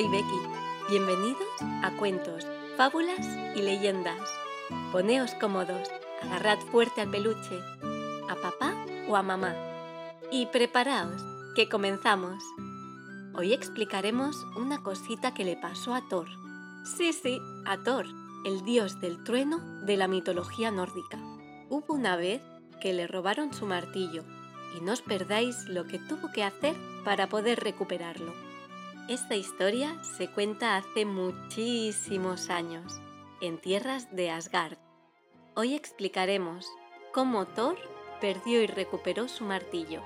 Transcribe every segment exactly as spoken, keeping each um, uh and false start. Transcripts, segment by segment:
soy Becky. Bienvenidos a Cuentos, Fábulas y Leyendas. Poneos cómodos, agarrad fuerte al peluche, a papá o a mamá. Y preparaos, que comenzamos. Hoy explicaremos una cosita que le pasó a Thor. Sí, sí, a Thor, el dios del trueno de la mitología nórdica. Hubo una vez que le robaron su martillo, y no os perdáis lo que tuvo que hacer para poder recuperarlo. Esta historia se cuenta hace muchísimos años, en tierras de Asgard. Hoy explicaremos cómo Thor perdió y recuperó su martillo.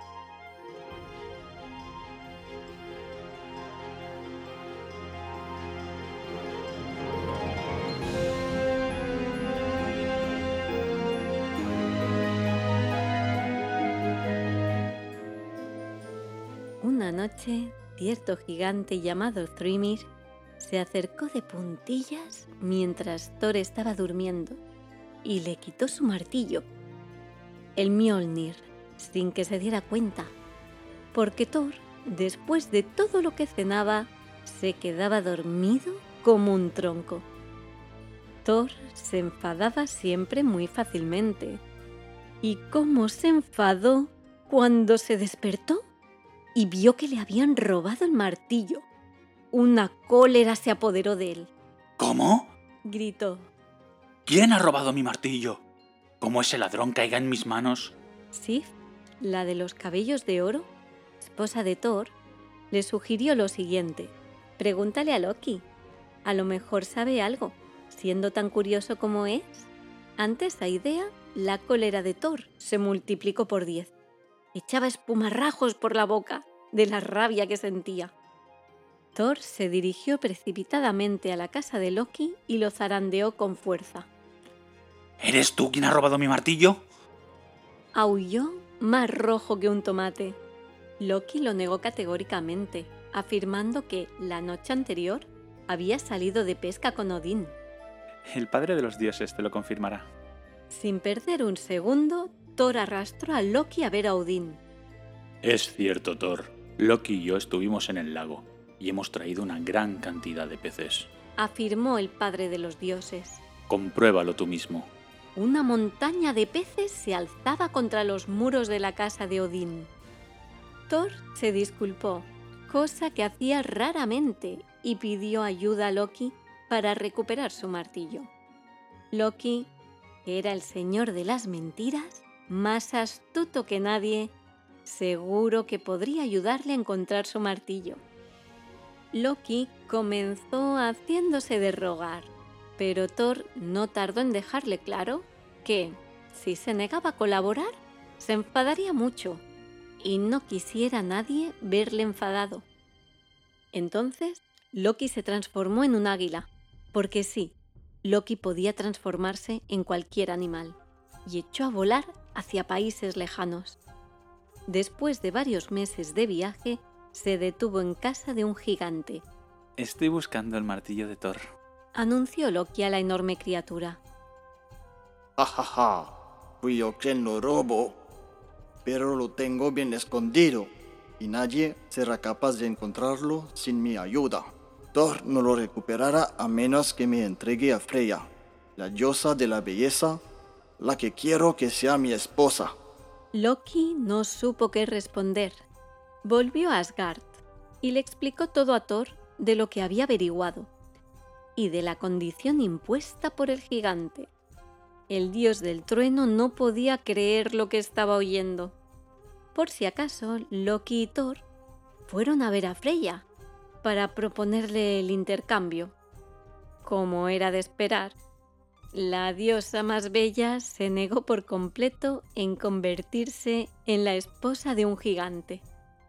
Una noche, cierto gigante llamado Thrymr se acercó de puntillas mientras Thor estaba durmiendo y le quitó su martillo, el Mjolnir, sin que se diera cuenta, porque Thor, después de todo lo que cenaba, se quedaba dormido como un tronco. Thor se enfadaba siempre muy fácilmente. ¿Y cómo se enfadó cuando se despertó y vio que le habían robado el martillo? Una cólera se apoderó de él. ¿Cómo? Gritó. ¿Quién ha robado mi martillo? ¿Cómo ese ladrón caiga en mis manos? Sif, la de los cabellos de oro, esposa de Thor, le sugirió lo siguiente. Pregúntale a Loki. A lo mejor sabe algo, siendo tan curioso como es. Ante esa idea, la cólera de Thor se multiplicó por diez. Echaba espumarrajos por la boca de la rabia que sentía. Thor se dirigió precipitadamente a la casa de Loki y lo zarandeó con fuerza. ¿Eres tú quien ha robado mi martillo? Aulló más rojo que un tomate. Loki lo negó categóricamente, afirmando que la noche anterior había salido de pesca con Odín. El padre de los dioses te lo confirmará. Sin perder un segundo, Thor arrastró a Loki a ver a Odín. Es cierto, Thor. Loki y yo estuvimos en el lago y hemos traído una gran cantidad de peces. Afirmó el padre de los dioses. Compruébalo tú mismo. Una montaña de peces se alzaba contra los muros de la casa de Odín. Thor se disculpó, cosa que hacía raramente, y pidió ayuda a Loki para recuperar su martillo. Loki, que era el señor de las mentiras, más astuto que nadie, seguro que podría ayudarle a encontrar su martillo. Loki comenzó haciéndose de rogar, pero Thor no tardó en dejarle claro que, si se negaba a colaborar, se enfadaría mucho y no quisiera nadie verle enfadado. Entonces, Loki se transformó en un águila, porque sí, Loki podía transformarse en cualquier animal, y echó a volar hacia países lejanos. Después de varios meses de viaje, se detuvo en casa de un gigante. Estoy buscando el martillo de Thor, anunció Loki a la enorme criatura. Ja, ja, ja, fui yo quien lo robó, pero lo tengo bien escondido y nadie será capaz de encontrarlo sin mi ayuda. Thor no lo recuperará a menos que me entregue a Freya, la diosa de la belleza, la que quiero que sea mi esposa. Loki no supo qué responder. Volvió a Asgard y le explicó todo a Thor de lo que había averiguado y de la condición impuesta por el gigante. El dios del trueno no podía creer lo que estaba oyendo. Por si acaso, Loki y Thor fueron a ver a Freya para proponerle el intercambio. Como era de esperar, la diosa más bella se negó por completo en convertirse en la esposa de un gigante.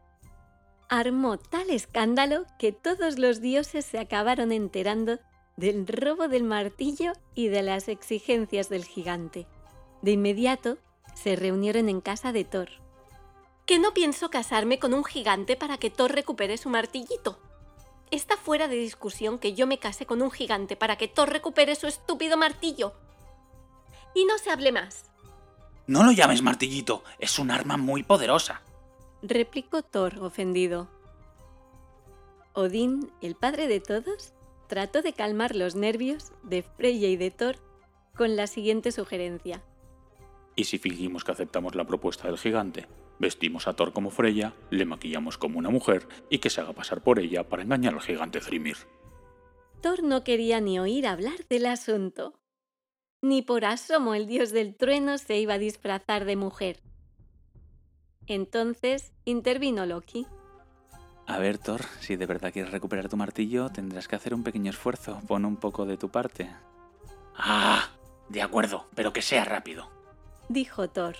Armó tal escándalo que todos los dioses se acabaron enterando del robo del martillo y de las exigencias del gigante. De inmediato se reunieron en casa de Thor. Que no pienso casarme con un gigante para que Thor recupere su martillito. Está fuera de discusión que yo me case con un gigante para que Thor recupere su estúpido martillo. Y no se hable más. No lo llames martillito, es un arma muy poderosa. replicó Thor ofendido. Odín, el padre de todos, trató de calmar los nervios de Freya y de Thor con la siguiente sugerencia. ¿Y si fingimos que aceptamos la propuesta del gigante? Vestimos a Thor como Freya, le maquillamos como una mujer y que se haga pasar por ella para engañar al gigante Thrymir. Thor no quería ni oír hablar del asunto. Ni por asomo el dios del trueno se iba a disfrazar de mujer. Entonces intervino Loki. A ver, Thor, si de verdad quieres recuperar tu martillo, tendrás que hacer un pequeño esfuerzo. Pon un poco de tu parte. Ah, de acuerdo, pero que sea rápido, dijo Thor.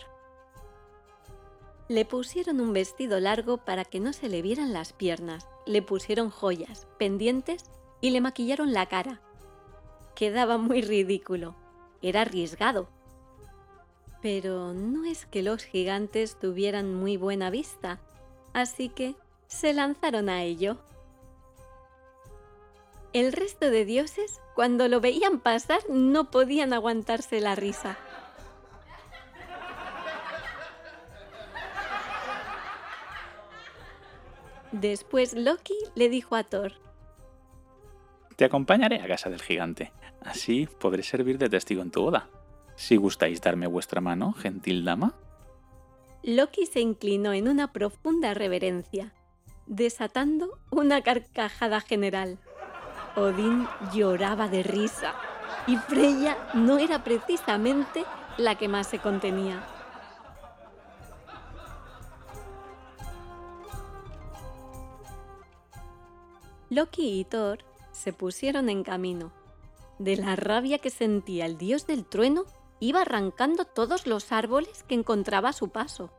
Le pusieron un vestido largo para que no se le vieran las piernas, le pusieron joyas, pendientes y le maquillaron la cara. Quedaba muy ridículo, era arriesgado. Pero no es que los gigantes tuvieran muy buena vista, así que se lanzaron a ello. El resto de dioses, cuando lo veían pasar, no podían aguantarse la risa. Después Loki le dijo a Thor: Te acompañaré a casa del gigante, así podré servir de testigo en tu boda. Si gustáis darme vuestra mano, gentil dama. Loki se inclinó en una profunda reverencia, desatando una carcajada general. Odín lloraba de risa y Freya no era precisamente la que más se contenía. Loki y Thor se pusieron en camino. De la rabia que sentía el dios del trueno, iba arrancando todos los árboles que encontraba a su paso.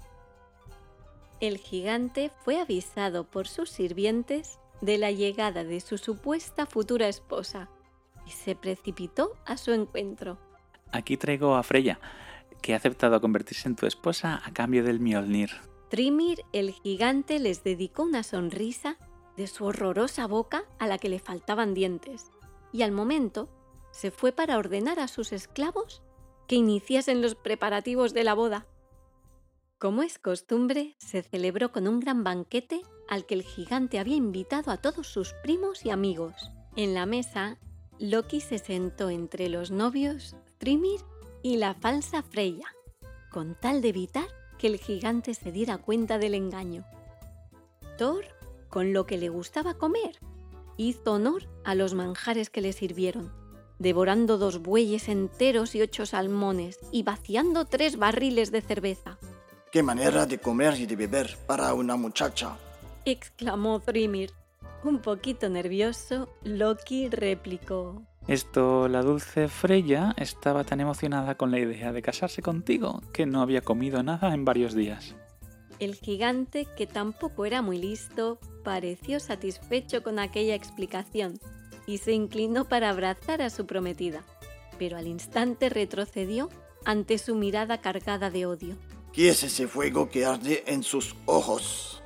El gigante fue avisado por sus sirvientes de la llegada de su supuesta futura esposa y se precipitó a su encuentro. Aquí traigo a Freya, que ha aceptado convertirse en tu esposa a cambio del Mjolnir. Thrymir, el gigante, les dedicó una sonrisa de su horrorosa boca a la que le faltaban dientes, y al momento se fue para ordenar a sus esclavos que iniciasen los preparativos de la boda. Como es costumbre, se celebró con un gran banquete al que el gigante había invitado a todos sus primos y amigos. En la mesa, Loki se sentó entre los novios Thrymir y la falsa Freya, con tal de evitar que el gigante se diera cuenta del engaño. Thor, con lo que le gustaba comer, hizo honor a los manjares que le sirvieron, devorando dos bueyes enteros y ocho salmones y vaciando tres barriles de cerveza. ¡Qué manera de comer y de beber para una muchacha!, exclamó Thrymir. Un poquito nervioso, Loki replicó: Esto, la dulce Freya estaba tan emocionada con la idea de casarse contigo que no había comido nada en varios días. El gigante, que tampoco era muy listo, pareció satisfecho con aquella explicación y se inclinó para abrazar a su prometida, pero al instante retrocedió ante su mirada cargada de odio. ¿Qué es ese fuego que arde en sus ojos?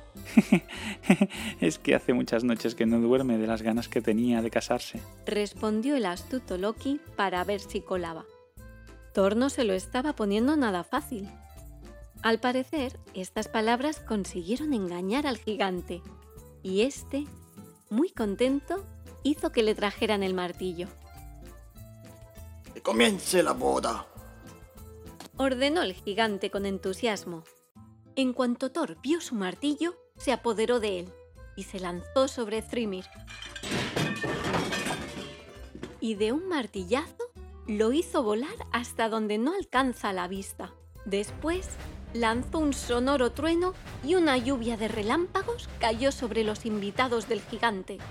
Es que hace muchas noches que no duerme de las ganas que tenía de casarse, respondió el astuto Loki para ver si colaba. Thor no se lo estaba poniendo nada fácil. Al parecer, estas palabras consiguieron engañar al gigante, y éste, muy contento, hizo que le trajeran el martillo. ¡Que comience la boda!, ordenó el gigante con entusiasmo. En cuanto Thor vio su martillo, se apoderó de él y se lanzó sobre Thrymir. Y de un martillazo lo hizo volar hasta donde no alcanza la vista. Después lanzó un sonoro trueno y una lluvia de relámpagos cayó sobre los invitados del gigante.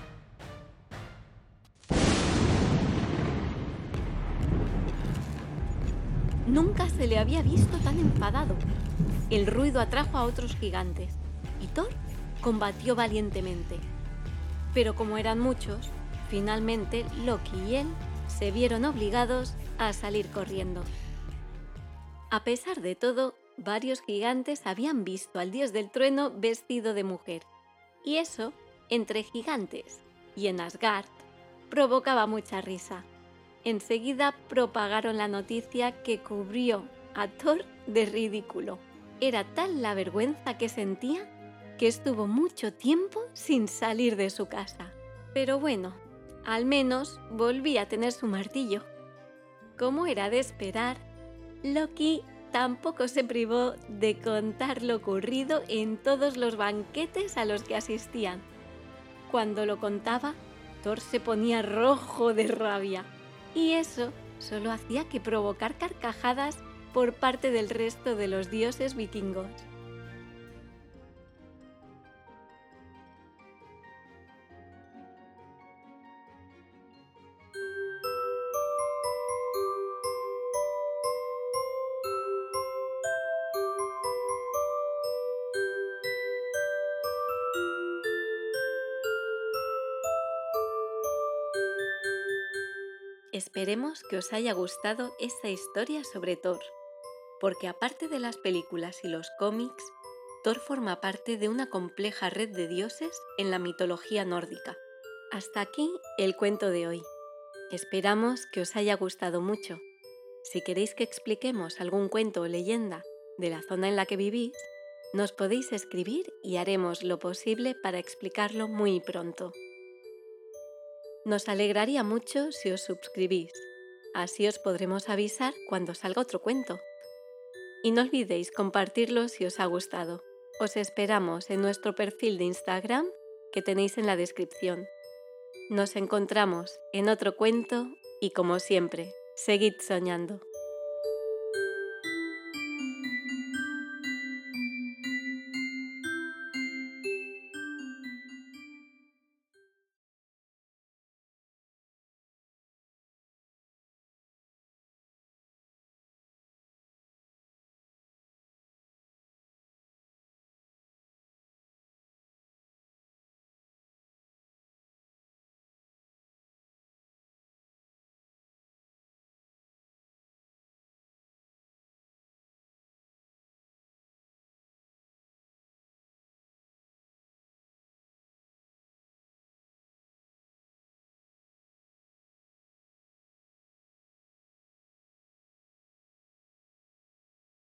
Nunca se le había visto tan enfadado. El ruido atrajo a otros gigantes y Thor combatió valientemente. Pero como eran muchos, finalmente Loki y él se vieron obligados a salir corriendo. A pesar de todo, varios gigantes habían visto al dios del trueno vestido de mujer, y eso, entre gigantes y en Asgard, provocaba mucha risa. Enseguida propagaron la noticia que cubrió a Thor de ridículo. Era tal la vergüenza que sentía que estuvo mucho tiempo sin salir de su casa. Pero bueno, al menos volvía a tener su martillo. Como era de esperar, Loki tampoco se privó de contar lo ocurrido en todos los banquetes a los que asistían. Cuando lo contaba, Thor se ponía rojo de rabia, y eso solo hacía que provocar carcajadas por parte del resto de los dioses vikingos. Esperemos que os haya gustado esta historia sobre Thor, porque aparte de las películas y los cómics, Thor forma parte de una compleja red de dioses en la mitología nórdica. Hasta aquí el cuento de hoy. Esperamos que os haya gustado mucho. Si queréis que expliquemos algún cuento o leyenda de la zona en la que vivís, nos podéis escribir y haremos lo posible para explicarlo muy pronto. Nos alegraría mucho si os suscribís, así os podremos avisar cuando salga otro cuento. Y no olvidéis compartirlo si os ha gustado. Os esperamos en nuestro perfil de Instagram que tenéis en la descripción. Nos encontramos en otro cuento y, como siempre, seguid soñando.